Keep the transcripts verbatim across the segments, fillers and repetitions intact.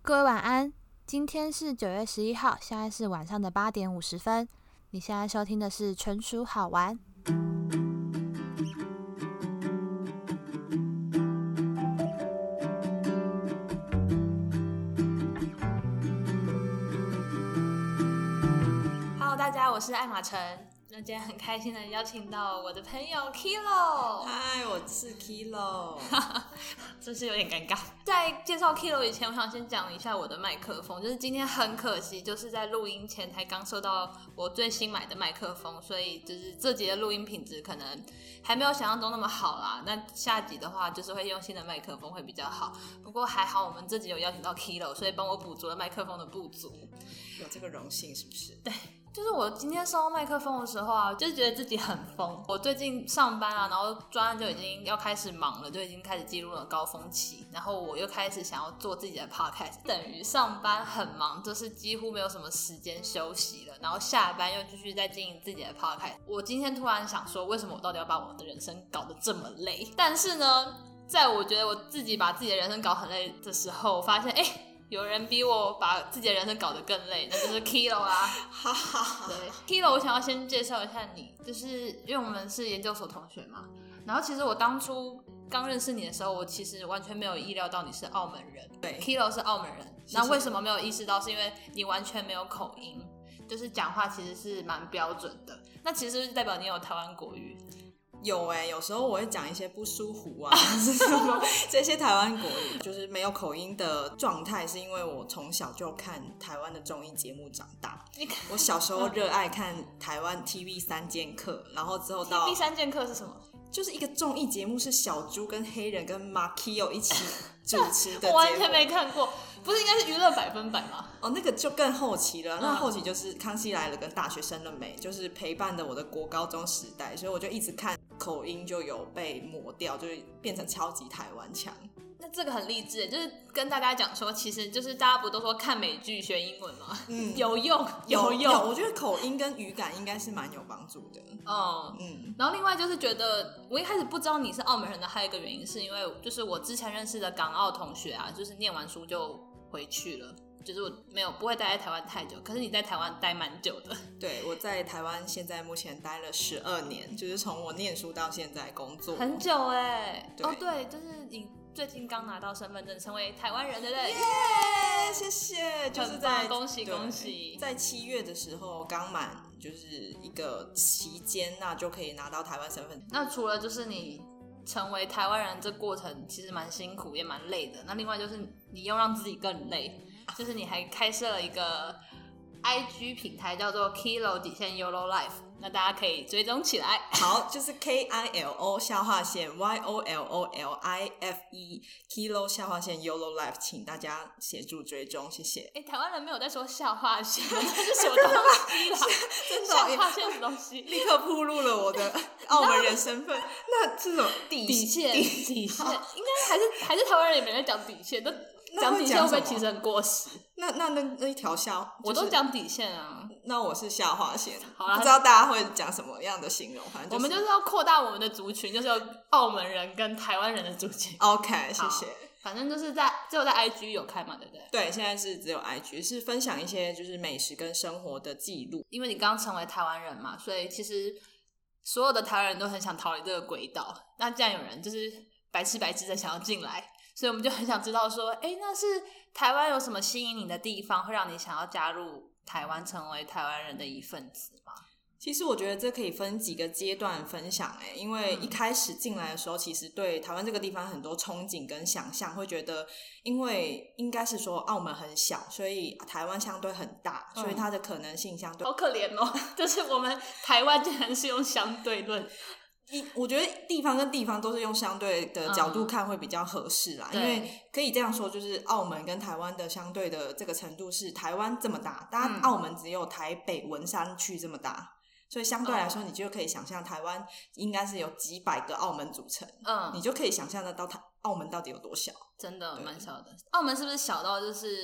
各位晚安，今天是九月十一号，现在是晚上的八点五十分。你现在收听的是纯属好玩。Hello， 大家，我是艾玛晨。那今天很开心的邀请到我的朋友 Kilo。 嗨，我是 Kilo。 真是有点尴尬。在介绍 Kilo 以前，我想先讲一下我的麦克风。就是今天很可惜，就是在录音前才刚收到我最新买的麦克风，所以就是这集的录音品质可能还没有想象中那么好啦。那下集的话，就是会用新的麦克风会比较好。不过还好，我们这集有邀请到 Kilo， 所以帮我补足了麦克风的不足。 有这个荣幸是不是？ 对。就是我今天收到麦克风的时候啊，就是觉得自己很疯。我最近上班啊，然后专案就已经要开始忙了，就已经开始进入了高峰期。然后我又开始想要做自己的 podcast， 等于上班很忙，就是几乎没有什么时间休息了。然后下班又继续在经营自己的 podcast。我今天突然想说，为什么我到底要把我的人生搞得这么累？但是呢，在我觉得我自己把自己的人生搞很累的时候，我发现，哎、欸。有人比我把自己的人生搞得更累，那就是 Kilo 啦。对 ，Kilo， 我想要先介绍一下你，就是因为我们是研究所同学嘛。然后其实我当初刚认识你的时候，我其实完全没有意料到你是澳门人。 对 ，Kilo 是澳门人。那为什么没有意识到？是因为你完全没有口音，就是讲话其实是蛮标准的。那其实是不是代表你有台湾国语？ 有哎、欸，有时候我会讲一些不舒服啊，这些台湾国语就是没有口音的状态，是因为我从小就看台湾的综艺节目长大。我小时候热爱看台湾 T V 三剑客，然后之后到 T V 三剑客是什么？ 就是一个综艺节目，是小猪跟黑人跟 Markio 一起主持的节目。 我完全没看过，不是应该是娱乐百分百吗？ 哦，那个就更后期了。那后期就是康熙来了跟大学生了没，就是陪伴的我的国高中时代，所以我就一直看，口音就有被抹掉，就变成超级台湾腔。 那这个很励志，就是跟大家讲说，其实就是大家不都说看美剧学英文吗？嗯，有用，有用。 有，我觉得口音跟语感应该是蛮有帮助的。 哦，嗯。然后另外就是觉得，我一开始不知道你是澳门人的，还有一个原因是因为，就是我之前认识的港澳同学啊，就是念完书就回去了。就是我没有不会待在台湾太久，可是你在台湾待蛮久的。 对，我在台湾现在目前待了十二年，就是从我念书到现在工作很久哎、欸。哦，对，就是你最近刚拿到身份证，成为台湾人，对不对？ 耶、yeah, 谢谢，就是在恭喜恭喜， 在七月的时候刚满就是一个期间，那就可以拿到台湾身份证。 那除了就是你成为台湾人这过程其实蛮辛苦也蛮累的，那另外就是你又让自己更累。就是你还开设了一个 I G 平台，叫做 Kilo 底线 YOLO Life， 那大家可以追踪起来。 好，就是 K I L O 下划线 Y O L O L I F E Kilo 下划线 YOLO Life， 请大家协助追踪，谢谢。 哎、欸，台湾人没有在说下划线，这是什么东西啦？ 真的， 下划线什么东西？ 立刻暴露了我的澳门人身份。那是什么底底线？底线，应该还是还是台湾人也没在讲底线，都。讲底线会不会其实很过时？ 那那那那一条下、就是， 我都讲底线啊。 那我是下划线， 好啦， 不知道大家会讲什么样的形容？反正、就是、 我们就是要扩大我们的族群，就是有澳门人跟台湾人的族群。 OK， 谢谢。 反正就是在只有在 I G 有开嘛，对不对？ 对，现在是只有 I G， 是分享一些就是美食跟生活的记录。 因为你刚成为台湾人嘛，所以其实所有的台湾人都很想逃离这个轨道。那既然有人就是白痴白痴的想要进来。所以我们就很想知道说，哎，那是台湾有什么吸引你的地方，会让你想要加入台湾，成为台湾人的一份子吗？ 其实我觉得这可以分几个阶段分享诶，因为一开始进来的时候，其实对台湾这个地方很多憧憬跟想象，会觉得因为应该是说澳门很小，所以台湾相对很大，所以它的可能性相对、 嗯、好可怜哦，就是我们台湾竟然是用相对论。 我觉得地方跟地方都是用相对的角度看会比较合适啦、嗯、因为可以这样说，就是澳门跟台湾的相对的这个程度是台湾这么大，当然澳门只有台北文山区这么大，所以相对来说你就可以想象台湾应该是有几百个澳门组成，嗯，你就可以想象得到澳门到底有多小。 真的蛮小的。澳门是不是小到就是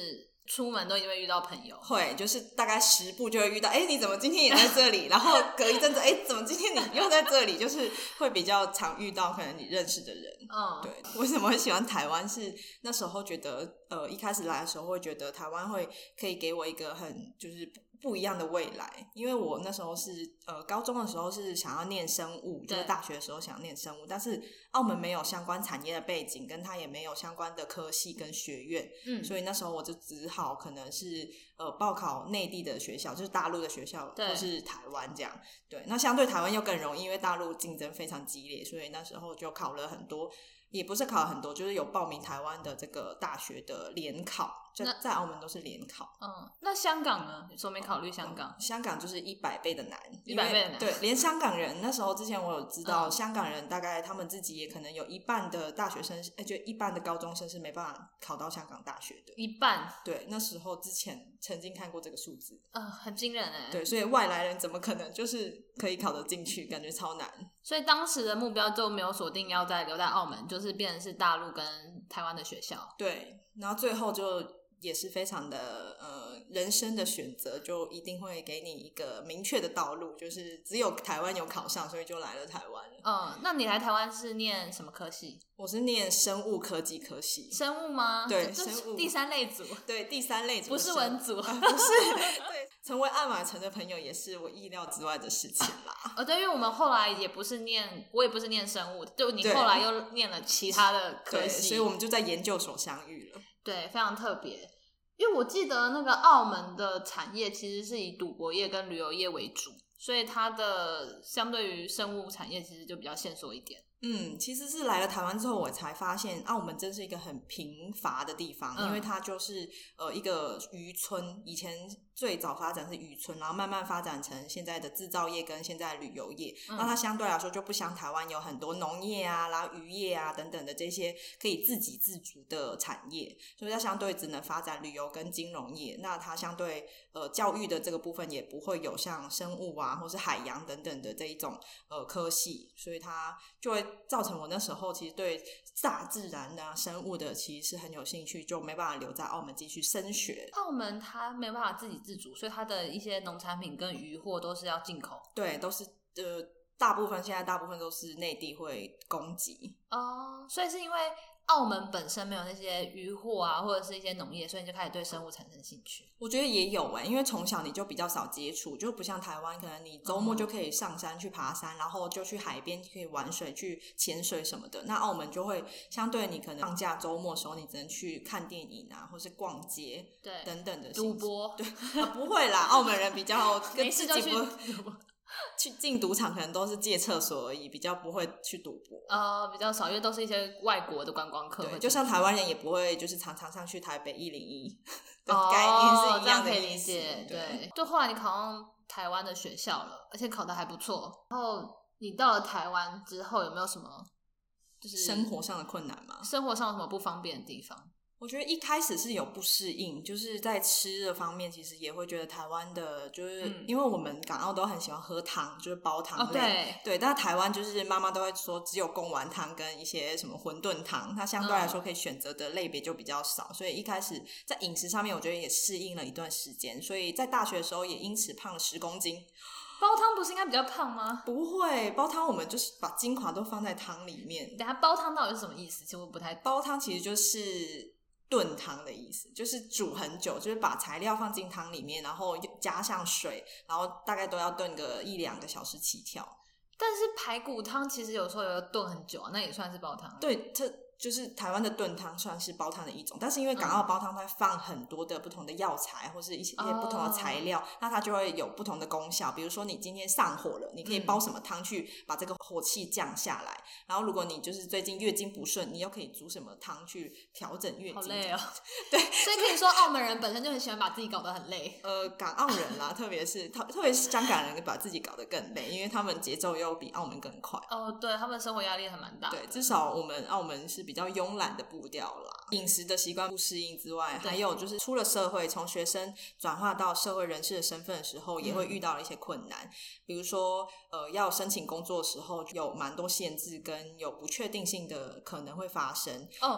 出门都一定会遇到朋友， 会就是大概十步就会遇到，哎，你怎么今天也在这里？然后隔一阵子，哎，怎么今天你又在这里？就是会比较常遇到可能你认识的人。嗯，对。为什么会喜欢台湾？是那时候觉得，呃，一开始来的时候会觉得台湾会可以给我一个很就是不一样的未来，因为我那时候是呃高中的时候是想要念生物，就是大学的时候想要念生物，但是澳门没有相关产业的背景，跟它也没有相关的科系跟学院，嗯，所以那时候我就只好可能是呃报考内地的学校，就是大陆的学校或是台湾这样。对，那相对台湾又更容易，因为大陆竞争非常激烈，所以那时候就考了很多，也不是考了很多，就是有报名台湾的这个大学的联考。在在澳门都是联考。 嗯，那香港呢？你说没考虑香港？ 嗯、香港就是一百倍的难， 一百倍的难。 对，连香港人那时候之前我有知道，嗯、香港人大概他们自己也可能有一半的大学生，哎，就一半的高中生是没办法考到香港大学的。 一半？ 对，那时候之前曾经看过这个数字。 嗯、呃，很惊人哎。 对，所以外来人怎么可能就是可以考得进去？感觉超难。 所以当时的目标就没有锁定要在留在澳门，就是变成是大陆跟台湾的学校。 对，然后最后就也是非常的呃人生的选择，就一定会给你一个明确的道路，就是只有台湾有考上，所以就来了台湾。 嗯，那你来台湾是念什么科系？ 我是念生物科技科系。 生物吗？ 对，生物第三类组。 对，第三类组， 不是文组、 啊、不是。对，成为爱马城的朋友也是我意料之外的事情啦。 哦，对，因为我们后来也不是念，我也不是念生物，就你后来又念了其他的科系， 所以我们就在研究所相遇了。 对，非常特别。因为我记得那个澳门的产业其实是以赌博业跟旅游业为主，所以它的相对于生物产业其实就比较限缩一点。 嗯，其实是来了台湾之后，我才发现澳门真是一个很贫乏的地方，嗯、因为它就是呃一个渔村，以前最早发展是渔村，然后慢慢发展成现在的制造业跟现在的旅游业。嗯、那它相对来说就不像台湾有很多农业啊、然后渔业啊等等的这些可以自给自足的产业，所以它相对只能发展旅游跟金融业。那它相对呃教育的这个部分也不会有像生物啊或是海洋等等的这一种呃科系，所以它就会造成我那时候其实对大自然啊生物的其实是很有兴趣，就没办法留在澳门继续升学。 澳门它没有办法自给自足，所以它的一些农产品跟渔获都是要进口。 对，都是呃大部分现在大部分都是内地会供给。 哦，所以是因为澳门本身没有那些渔获啊，或者是一些农业，所以你就开始对生物产生兴趣。 我觉得也有诶、欸，因为从小你就比较少接触，就不像台湾，可能你周末就可以上山去爬山，嗯、然后就去海边可以玩水、去潜水什么的。那澳门就会相对你可能放假周末的时候，你只能去看电影啊，或是逛街， 对等等的赌博。 对、啊，不会啦，澳门人比较跟自己不不去进赌场可能都是借厕所而已，比较不会去赌博。 呃，比较少，因为都是一些外国的观光客。 对，就像台湾人也不会就是常常上去台北一零一的概念是一样的意思。哦、 这样可以理解。对，对就后来你考上台湾的学校了，而且考得还不错。然后你到了台湾之后，有没有什么就是生活上的困难吗？ 生活上有什么不方便的地方？ 我觉得一开始是有不适应，就是在吃的方面，其实也会觉得台湾的，就是、嗯、因为我们港澳都很喜欢喝汤，就是煲汤类，哦、对, 对，但台湾就是妈妈都会说只有贡丸汤跟一些什么馄饨汤，它相对来说可以选择的类别就比较少，嗯、所以一开始在饮食上面，我觉得也适应了一段时间，所以在大学的时候也因此胖了十公斤。 煲汤不是应该比较胖吗？ 不会，煲汤我们就是把精华都放在汤里面。 等一下煲汤到底是什么意思？其实我不太懂。 煲汤其实就是炖汤的意思，就是煮很久，就是把材料放进汤里面，然后加上水，然后大概都要炖个一两个小时起跳。 但是排骨汤其实有时候有炖很久啊，那也算是煲汤。 对，这就是台湾的炖汤算是煲汤的一种，但是因为港澳煲汤它会放很多的不同的药材或是一些一些不同的材料，哦、那它就会有不同的功效。比如说你今天上火了，你可以煲什么汤去把这个火气降下来。嗯、然后如果你就是最近月经不顺，你又可以煮什么汤去调整月经。好累哦。 对， 所以可以说澳门人本身就很喜欢把自己搞得很累。 呃，港澳人啦，特别是特别是香港人把自己搞得更累，因为他们节奏又比澳门更快。 哦，对，他们生活压力还蛮大的。 对，至少我们澳门是比较慵懒的步调啦，饮食的习惯不适应之外，还有就是出了社会，从学生转化到社会人士的身份的时候，也会遇到了一些困难。嗯、比如说，呃，要申请工作的时候，有蛮多限制跟有不确定性的可能会发生。 哦，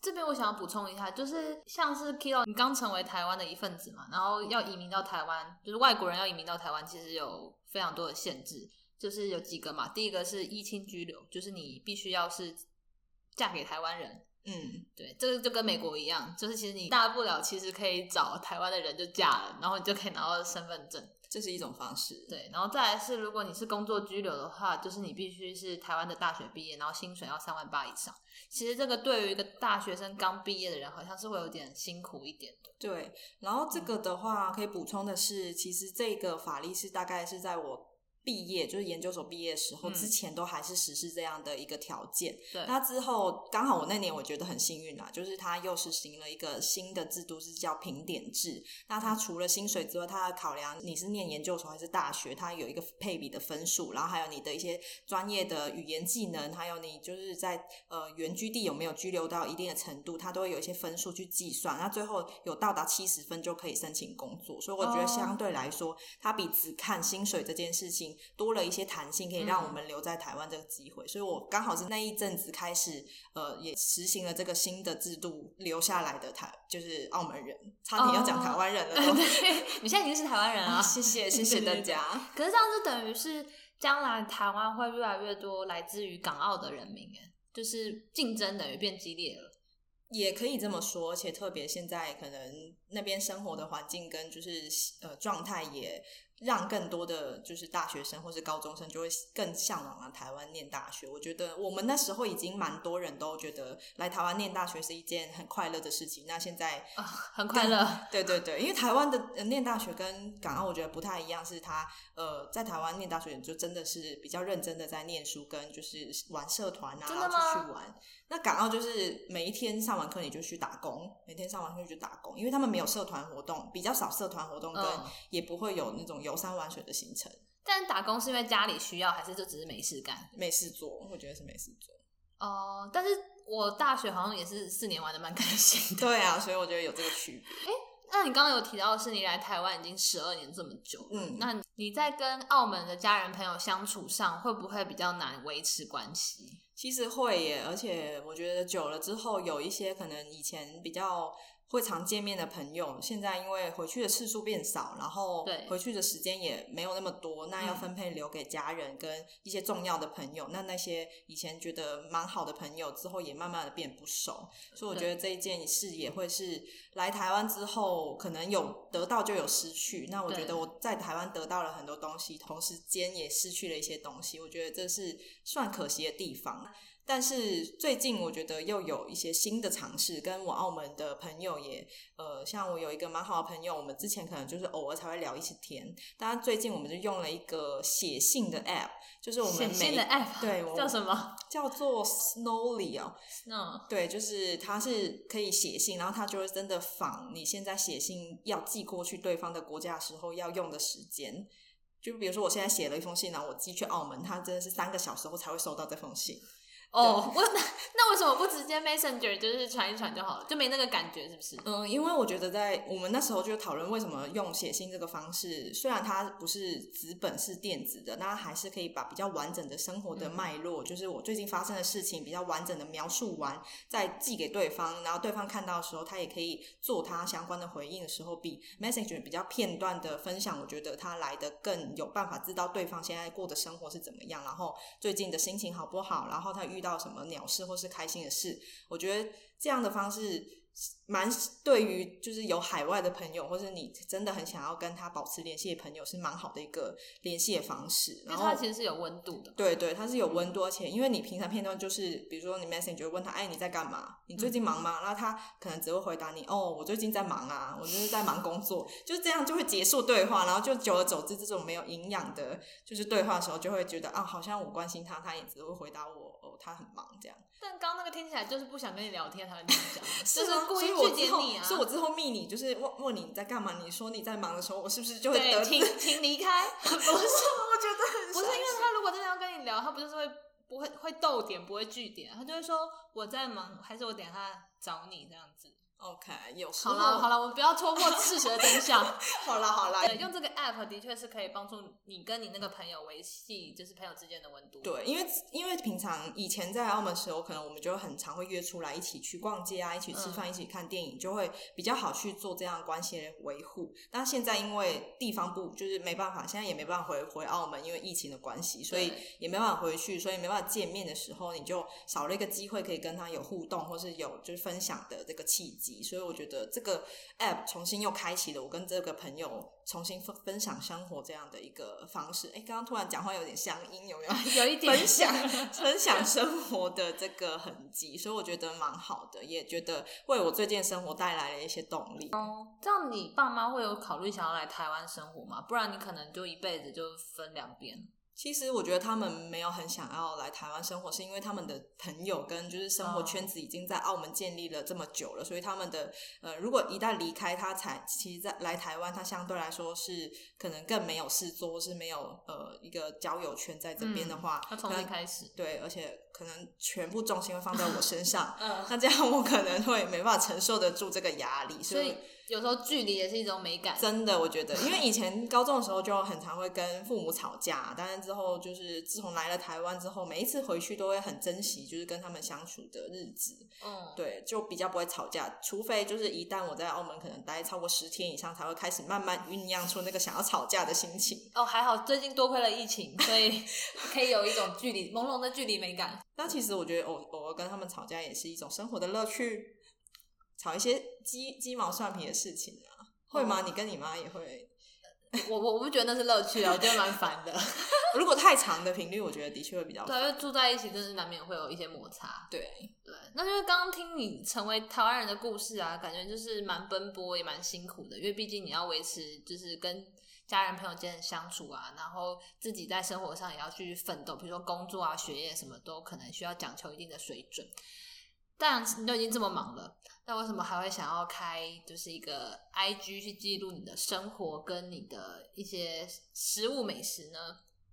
这边我想要补充一下，就是像是 Kilo 你刚成为台湾的一份子嘛，然后要移民到台湾，就是外国人要移民到台湾其实有非常多的限制，就是有几个嘛。第一个是依亲居留，就是你必须要是嫁给台湾人。 嗯， 对，这个就跟美国一样，就是其实你大不了其实可以找台湾的人就嫁了，然后你就可以拿到身份证， 这是一种方式。 对，然后再来是如果你是工作居留的话，就是你必须是台湾的大学毕业，然后薪水要三万八以上。其实这个对于一个大学生刚毕业的人好像是会有点辛苦一点的。 对，然后这个的话可以补充的是，其实这个法律是大概是在我毕业，就是研究所毕业的时候、嗯、之前都还是实施这样的一个条件。 对， 那之后刚好我那年我觉得很幸运啦，就是他又实行了一个新的制度，是叫评点制。那他除了薪水之外，他考量你是念研究所还是大学，他有一个配比的分数，然后还有你的一些专业的语言技能，还有你就是在呃原居地有没有居留到一定的程度，他都会有一些分数去计算。那最后有到达七十分就可以申请工作，所以我觉得相对来说，他比只看薪水这件事情多了一些弹性，可以让我们留在台湾这个机会、嗯、所以我刚好是那一阵子开始呃，也实行了这个新的制度，留下来的台就是澳门人，差点要讲台湾人了、哦、 对，你现在已经是台湾人了、哦、 谢谢谢谢大家。 可是这样就等于是将来台湾会越来越多来自于港澳的人民，就是竞争等于变激烈了， 也可以这么说。而且特别现在可能那边生活的环境跟就是呃状态也让更多的就是大学生或是高中生就会更向往来台湾念大学。我觉得我们那时候已经蛮多人都觉得来台湾念大学是一件很快乐的事情，那现在、 哦、很快乐。 对对对，因为台湾的、呃、念大学跟港澳我觉得不太一样，是他呃在台湾念大学就真的是比较认真的在念书跟就是玩社团啊，然后出去玩。那港澳就是每一天上完课你就去打工，每天上完课就去打工，因为他们没有社团活动，比较少社团活动，跟也不会有那种游山玩水的行程。 但打工是因为家里需要，还是就只是没事干？ 没事做，我觉得是没事做。 哦、呃，但是我大学好像也是四年玩的蛮开心的。 对啊，所以我觉得有这个区别。 哎，那你刚刚有提到的是你来台湾已经十二年这么久，嗯，那你在跟澳门的家人朋友相处上会不会比较难维持关系？ 其实会耶，而且我觉得久了之后，有一些可能以前比较会常见面的朋友，现在因为回去的次数变少，然后回去的时间也没有那么多，那要分配留给家人跟一些重要的朋友、嗯、那那些以前觉得蛮好的朋友之后也慢慢的变不熟，所以我觉得这一件事也会是来台湾之后可能有得到就有失去。那我觉得我在台湾得到了很多东西，同时间也失去了一些东西，我觉得这是算可惜的地方。但是最近我觉得又有一些新的尝试，跟我澳门的朋友也呃，像我有一个蛮好的朋友，我们之前可能就是偶尔才会聊一次天，但最近我们就用了一个写信的 app， 就是我们每写信的 app 对叫什么？ 叫做 Snowly 哦， Snow 对，就是它是可以写信，然后它就会真的仿你现在写信要寄过去对方的国家的时候要用的时间。就比如说我现在写了一封信，然后我寄去澳门，它真的是三个小时后才会收到这封信。 哦，我那那为什么不直接 Messenger 就是传一传就好了，就没那个感觉是不是？ 嗯，因为我觉得在我们那时候就讨论为什么用写信这个方式，虽然它不是纸本是电子的，那还是可以把比较完整的生活的脉络、嗯、就是我最近发生的事情比较完整的描述完再寄给对方，然后对方看到的时候他也可以做他相关的回应的时候，比 Messenger 比较片段的分享，我觉得他来的更有办法知道对方现在过的生活是怎么样，然后最近的心情好不好，然后他遇到什么鸟事或是开心的事。我觉得这样的方式蛮对于就是有海外的朋友或是你真的很想要跟他保持联系的朋友是蛮好的一个联系的方式， 然后它其实是有温度的。 对对，它是有温度，而且因为你平常片段就是比如说你 Messenger 问他哎你在干嘛，你最近忙吗、嗯、然后他可能只会回答你哦我最近在忙啊，我就是在忙工作就这样就会结束对话，然后就久而久之这种没有营养的就是对话的时候就会觉得啊好像我关心他，他也只会回答我哦他很忙这样。 但刚刚那个听起来就是不想跟你聊天才会这样讲是就是故意拒绝你啊。 所以我之后密你就是问问你在干嘛，你说你在忙的时候我是不是就会得请请离开不是我觉得很不是因为他如果真的要跟你聊，他不就是会不会会逗点不会句点，他就会说我在忙还是我等一下找你这样子。 OK， 有时候好了好了，我们不要戳破事实的真相。 好啦好啦， 对，用这个 app 的确是可以帮助你跟你那个朋友维系就是朋友之间的温度。 对，因为因为平常以前在澳门的时候，可能我们就很常会约出来一起去逛街啊，一起吃饭、嗯，一起看电影，就会比较好去做这样关系的维护。但现在因为地方不就是没办法，现在也没办法回回澳门，因为疫情的关系，所以也没办法回去，所以没办法见面的时候，你就少了一个机会可以跟他有互动，或是有就是分享的这个契机。所以我觉得这个 app 重新又开启了我跟这个朋友重新分分享生活这样的一个方式。哎，刚刚突然讲话有点乡音，有没有？ 有一点分享分享生活的这个痕迹，所以我觉得蛮好的，也觉得为我最近生活带来了一些动力。 哦，这样你爸妈会有考虑想要来台湾生活吗？不然你可能就一辈子就分两边。 其实我觉得他们没有很想要来台湾生活，是因为他们的朋友跟就是生活圈子已经在澳门建立了这么久了，所以他们的呃，如果一旦离开他才，其实在来台湾，他相对来说是可能更没有事做，或是没有呃一个交友圈在这边的话， 他从零开始， 对，而且可能全部重心会放在我身上，嗯，那这样我可能会没办法承受得住这个压力， 所以。有时候距离也是一种美感， 真的，我觉得，因为以前高中的时候就很常会跟父母吵架，但是之后就是自从来了台湾之后，每一次回去都会很珍惜，就是跟他们相处的日子，嗯，对，就比较不会吵架，除非就是一旦我在澳门可能待超过十天以上，才会开始慢慢酝酿出那个想要吵架的心情。 哦，还好最近多亏了疫情，所以可以有一种距离朦胧的距离美感。 那其实我觉得偶偶尔跟他们吵架也是一种生活的乐趣。吵一些鸡鸡毛蒜皮的事情啊，会吗？你跟你妈也会？ 我我不觉得那是乐趣啊，我觉得蛮烦的。 如果太长的频率，我觉得的确会比较烦。 对，因为住在一起，真是难免会有一些摩擦。 对对，那就是刚刚听你成为台湾人的故事啊，感觉就是蛮奔波也蛮辛苦的，因为毕竟你要维持就是跟家人朋友间的相处啊，然后自己在生活上也要去奋斗，比如说工作啊、学业什么都可能需要讲求一定的水准。但你都已经这么忙了，那为什么还会想要开就是一个 I G 去记录你的生活跟你的一些食物美食呢？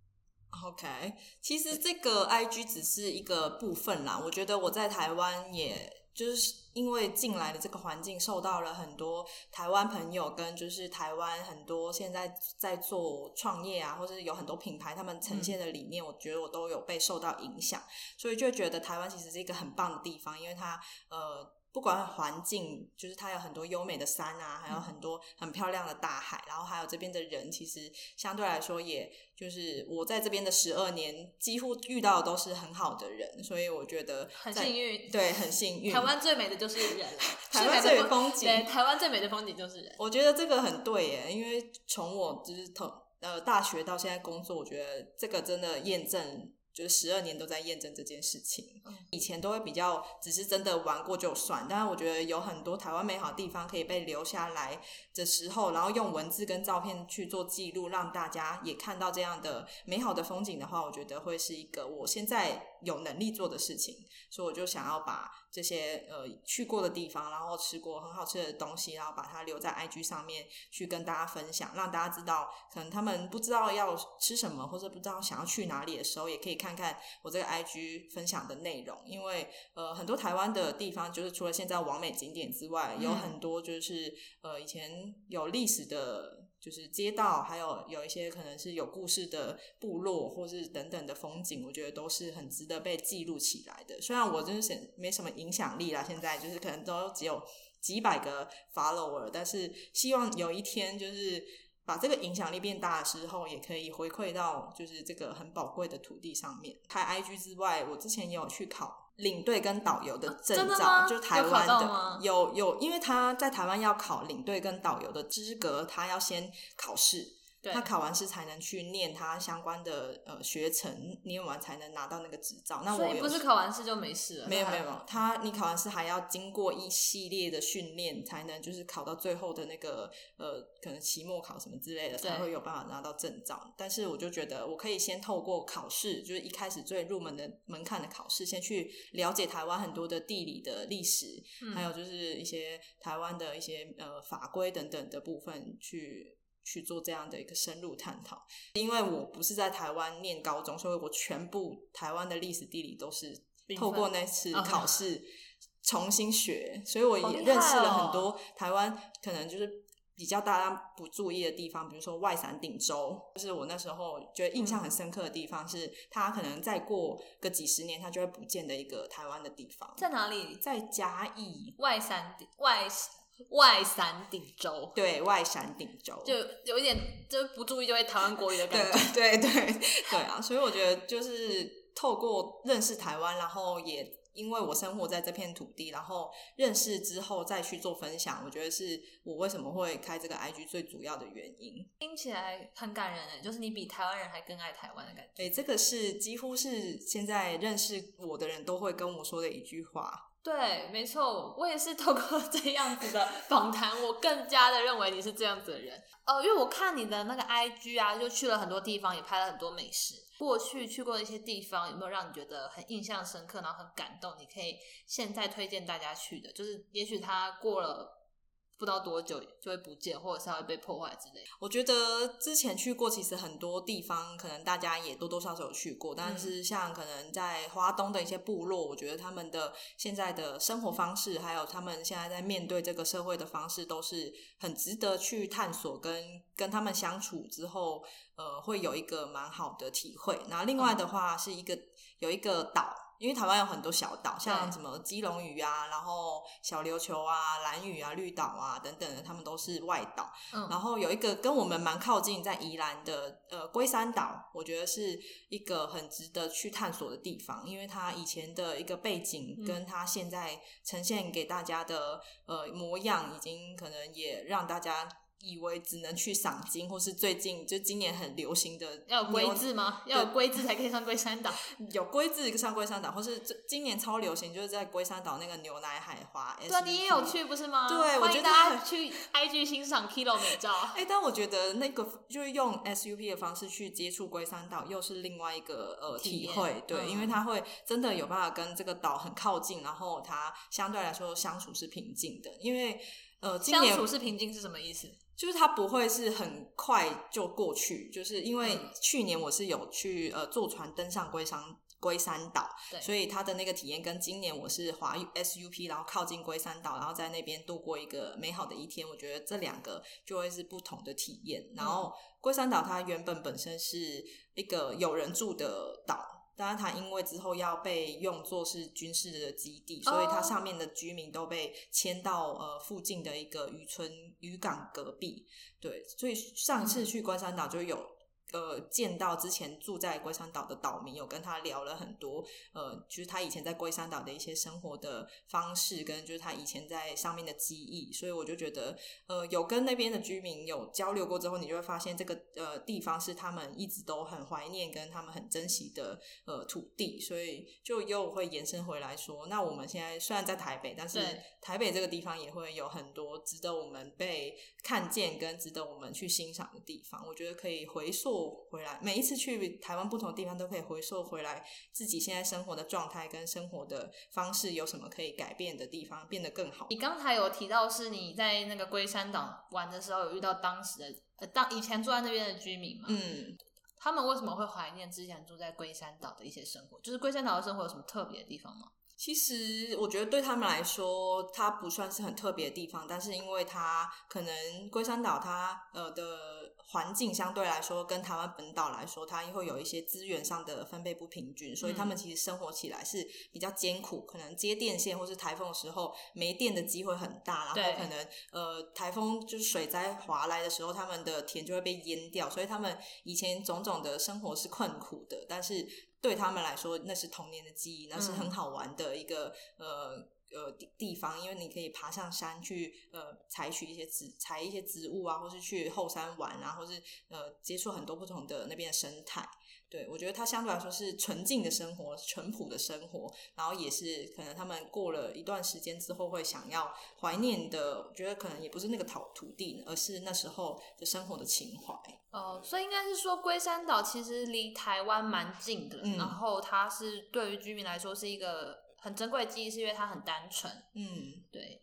OK， 其实这个 I G 只是一个部分啦，我觉得我在台湾也就是因为进来的这个环境受到了很多台湾朋友跟就是台湾很多现在在做创业啊，或者有很多品牌他们呈现的理念、嗯、我觉得我都有被受到影响，所以就觉得台湾其实是一个很棒的地方，因为它呃不管环境，就是它有很多优美的山啊，还有很多很漂亮的大海，然后还有这边的人其实相对来说也就是我在这边的十二年几乎遇到的都是很好的人，所以我觉得很幸运， 对，很幸运。 台湾最美的就是人台湾最美的风景， 对，台湾最美的风景就是人。 我觉得这个很对耶，因为从我就是从呃大学到现在工作，我觉得这个真的验证。就是十二年都在验证这件事情、嗯、以前都会比较只是真的玩过就算，但是我觉得有很多台湾美好的地方可以被留下来的时候，然后用文字跟照片去做记录，让大家也看到这样的美好的风景的话，我觉得会是一个我现在有能力做的事情，所以我就想要把这些呃去过的地方，然后吃过很好吃的东西，然后把它留在 I G 上面去跟大家分享，让大家知道可能他们不知道要吃什么或者不知道想要去哪里的时候，也可以看看我这个 I G 分享的内容。因为呃很多台湾的地方就是除了现在网美景点之外、嗯、有很多就是呃以前有历史的就是街道，还有有一些可能是有故事的部落或是等等的风景，我觉得都是很值得被记录起来的。虽然我真是没什么影响力啦，现在就是可能都只有几百个 follower， 但是希望有一天就是把这个影响力变大的时候，也可以回馈到就是这个很宝贵的土地上面。开 I G 之外，我之前也有去考领队跟导游的证照、啊、就是台湾的有有，因为他在台湾要考领队跟导游的资格，他要先考试，他考完试才能去念他相关的呃学程，念完才能拿到那个执照。那我有， 所以不是考完试就没事了？ 没有没有没有，他你考完试还要经过一系列的训练，才能就是考到最后的那个呃可能期末考什么之类的，才会有办法拿到证照。但是我就觉得我可以先透过考试，就是一开始最入门的门槛的考试，先去了解台湾很多的地理的历史、嗯、还有就是一些台湾的一些呃法规等等的部分去去做这样的一个深入探讨。因为我不是在台湾念高中，所以我全部台湾的历史地理都是透过那次考试重新学，所以我也认识了很多台湾可能就是比较大家不注意的地方，比如说外伞顶洲，就是我那时候觉得印象很深刻的地方，是它可能再过个几十年它就会不见的一个台湾的地方。 在哪里？ 在嘉义外伞顶外外伞顶洲， 对，外伞顶洲， 就有一点就不注意就会台湾国语的感觉。 对对对对啊，所以我觉得就是透过认识台湾，然后也因为我生活在这片土地，然后认识之后再去做分享，我觉得是我为什么会开这个 I G 最主要的原因。 听起来很感人耶，就是你比台湾人还更爱台湾的感觉。 对，这个是几乎是现在认识我的人都会跟我说的一句话。 对，没错，我也是透过这样子的访谈，我更加的认为你是这样子的人。呃，因为我看你的那个 I G 啊，就去了很多地方，也拍了很多美食。过去去过的一些地方，有没有让你觉得很印象深刻，然后很感动？你可以现在推荐大家去的，就是也许他过了不知道多久就会不见，或者是会被破坏之类的。 我觉得之前去过其实很多地方可能大家也多多少少有去过，但是像可能在花东的一些部落，我觉得他们的现在的生活方式还有他们现在在面对这个社会的方式都是很值得去探索，跟跟他们相处之后呃，会有一个蛮好的体会。然后另外的话是一个有一个岛，因为台湾有很多小岛，像什么基隆屿啊，然后小琉球啊、兰屿啊、绿岛啊等等的，他们都是外岛。嗯、然后有一个跟我们蛮靠近，在宜兰的呃龟山岛，我觉得是一个很值得去探索的地方，因为它以前的一个背景跟它现在呈现给大家的呃模样，已经可能也让大家以为只能去赏金，或是最近就今年很流行的要有龟字吗？要有龟字才可以上龟山岛？ 有龟字上龟山岛，或是今年超流行就是在龟山岛那个牛奶海滑。 对啊，你也有去不是吗？ 对，我觉得大家去 I G 欣赏 Kilo 美照。 哎、欸，但我觉得那个就是用 S U P 的方式去接触龟山岛，又是另外一个呃体会。对、嗯，因为它会真的有办法跟这个岛很靠近，然后它相对来说相处是平静的。因为呃，今年相处是平静是什么意思？ 就是它不会是很快就过去，就是因为去年我是有去呃坐船登上龟山龟山岛，所以它的那个体验跟今年我是滑 S U P 然后靠近龟山岛，然后在那边度过一个美好的一天，我觉得这两个就会是不同的体验。然后龟山岛它原本本身是一个有人住的岛，当然它因为之后要被用作是军事的基地，所以它上面的居民都被迁到呃附近的一个渔村渔港隔壁。对，所以上次去龟山岛就有呃见到之前住在龟山岛的岛民，有跟他聊了很多呃就是他以前在龟山岛的一些生活的方式，跟就是他以前在上面的记忆。所以我就觉得呃有跟那边的居民有交流过之后，你就会发现这个呃地方是他们一直都很怀念跟他们很珍惜的呃土地，所以就又会延伸回来说，那我们现在虽然在台北，但是台北这个地方也会有很多值得我们被看见跟值得我们去欣赏的地方。我觉得可以回溯回来，每一次去台湾不同的地方都可以回溯回来自己现在生活的状态跟生活的方式有什么可以改变的地方，变得更好。 你刚才有提到是你在那个龟山岛玩的时候有遇到当时的呃当以前住在那边的居民嘛？嗯，他们为什么会怀念之前住在龟山岛的一些生活？就是龟山岛的生活有什么特别的地方吗？ 其实我觉得对他们来说它不算是很特别的地方，但是因为它可能龟山岛它呃的环境相对来说跟台湾本岛来说它会有一些资源上的分配不平均，所以他们其实生活起来是比较艰苦，可能接电线或是台风的时候没电的机会很大，然后可能呃台风就是水灾划来的时候他们的田就会被淹掉，所以他们以前种种的生活是困苦的，但是对他们来说那是童年的记忆，那是很好玩的一个、嗯、呃呃地地方，因为你可以爬上山去呃采取一些植采一些植物啊，或是去后山玩啊，或是呃接触很多不同的那边的生态。对，我觉得它相对来说是纯净的生活，淳朴的生活，然后也是可能他们过了一段时间之后会想要怀念的，我觉得可能也不是那个土地，而是那时候的生活的情怀。 哦，所以应该是说龟山岛其实离台湾蛮近的、嗯、然后它是对于居民来说是一个很珍贵的记忆，是因为它很单纯。嗯，对，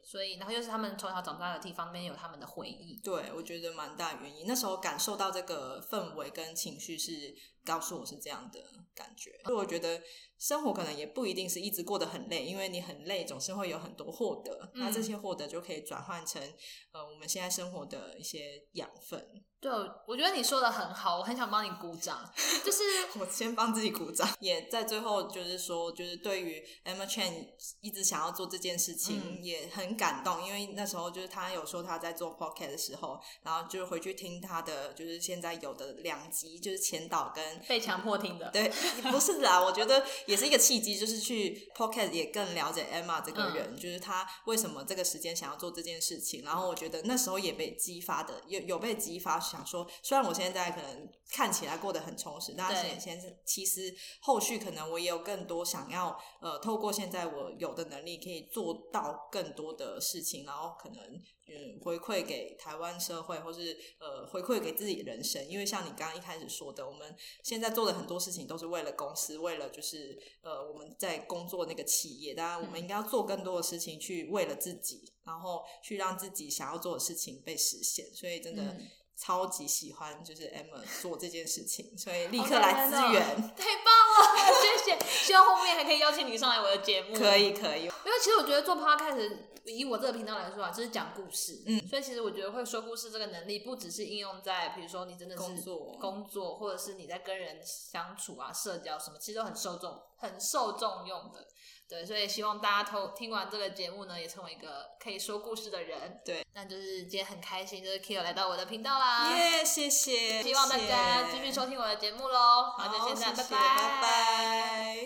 所以然后又是他们从小长大的地方，那边有他们的回忆。 对，我觉得蛮大原因。那时候感受到这个氛围跟情绪是告诉我是这样的感觉，所以我觉得生活可能也不一定是一直过得很累，因为你很累总是会有很多获得、嗯、那这些获得就可以转换成呃我们现在生活的一些养分。 对，我觉得你说的很好，我很想帮你鼓掌。就是我先帮自己鼓掌，也在最后就是说，就是对于 Emma Chen 一直想要做这件事情、嗯、也很感动，因为那时候就是他有说他在做 podcast 的时候，然后就回去听他的就是现在有的两集，就是前导跟被强迫听的。 对，不是啦，我觉得也是一个契机，就是去 podcast 也更了解 Emma 这个人、嗯、就是他为什么这个时间想要做这件事情，然后我觉得那时候也被激发的，有有被激发想说，虽然我现在可能看起来过得很充实，但是现在其实后续可能我也有更多想要呃，透过现在我有的能力可以做到更多的事情，然后可能嗯回馈给台湾社会，或是呃回馈给自己人生。因为像你刚刚一开始说的，我们现在做的很多事情都是为了公司，为了就是呃我们在工作那个企业，当然我们应该要做更多的事情去为了自己，然后去让自己想要做的事情被实现。所以真的、嗯超级喜欢就是 Emma 做这件事情，所以立刻来支援、 哦、太棒了，谢谢。希望后面还可以邀请你上来我的节目。 可以可以，因为其实我觉得做 podcast 以我这个频道来说啊，就是讲故事，嗯，所以其实我觉得会说故事这个能力不只是应用在比如说你真的是工作工作或者是你在跟人相处啊社交什么，其实都很受众很受众用的。对，所以希望大家听完这个节目呢，也成为一个可以说故事的人。 对， 那就是今天很开心，就是 Kyo 来到我的频道啦。 耶、yeah, 谢谢， 希望大家继续收听我的节目咯。好，就现在，拜拜。 拜拜。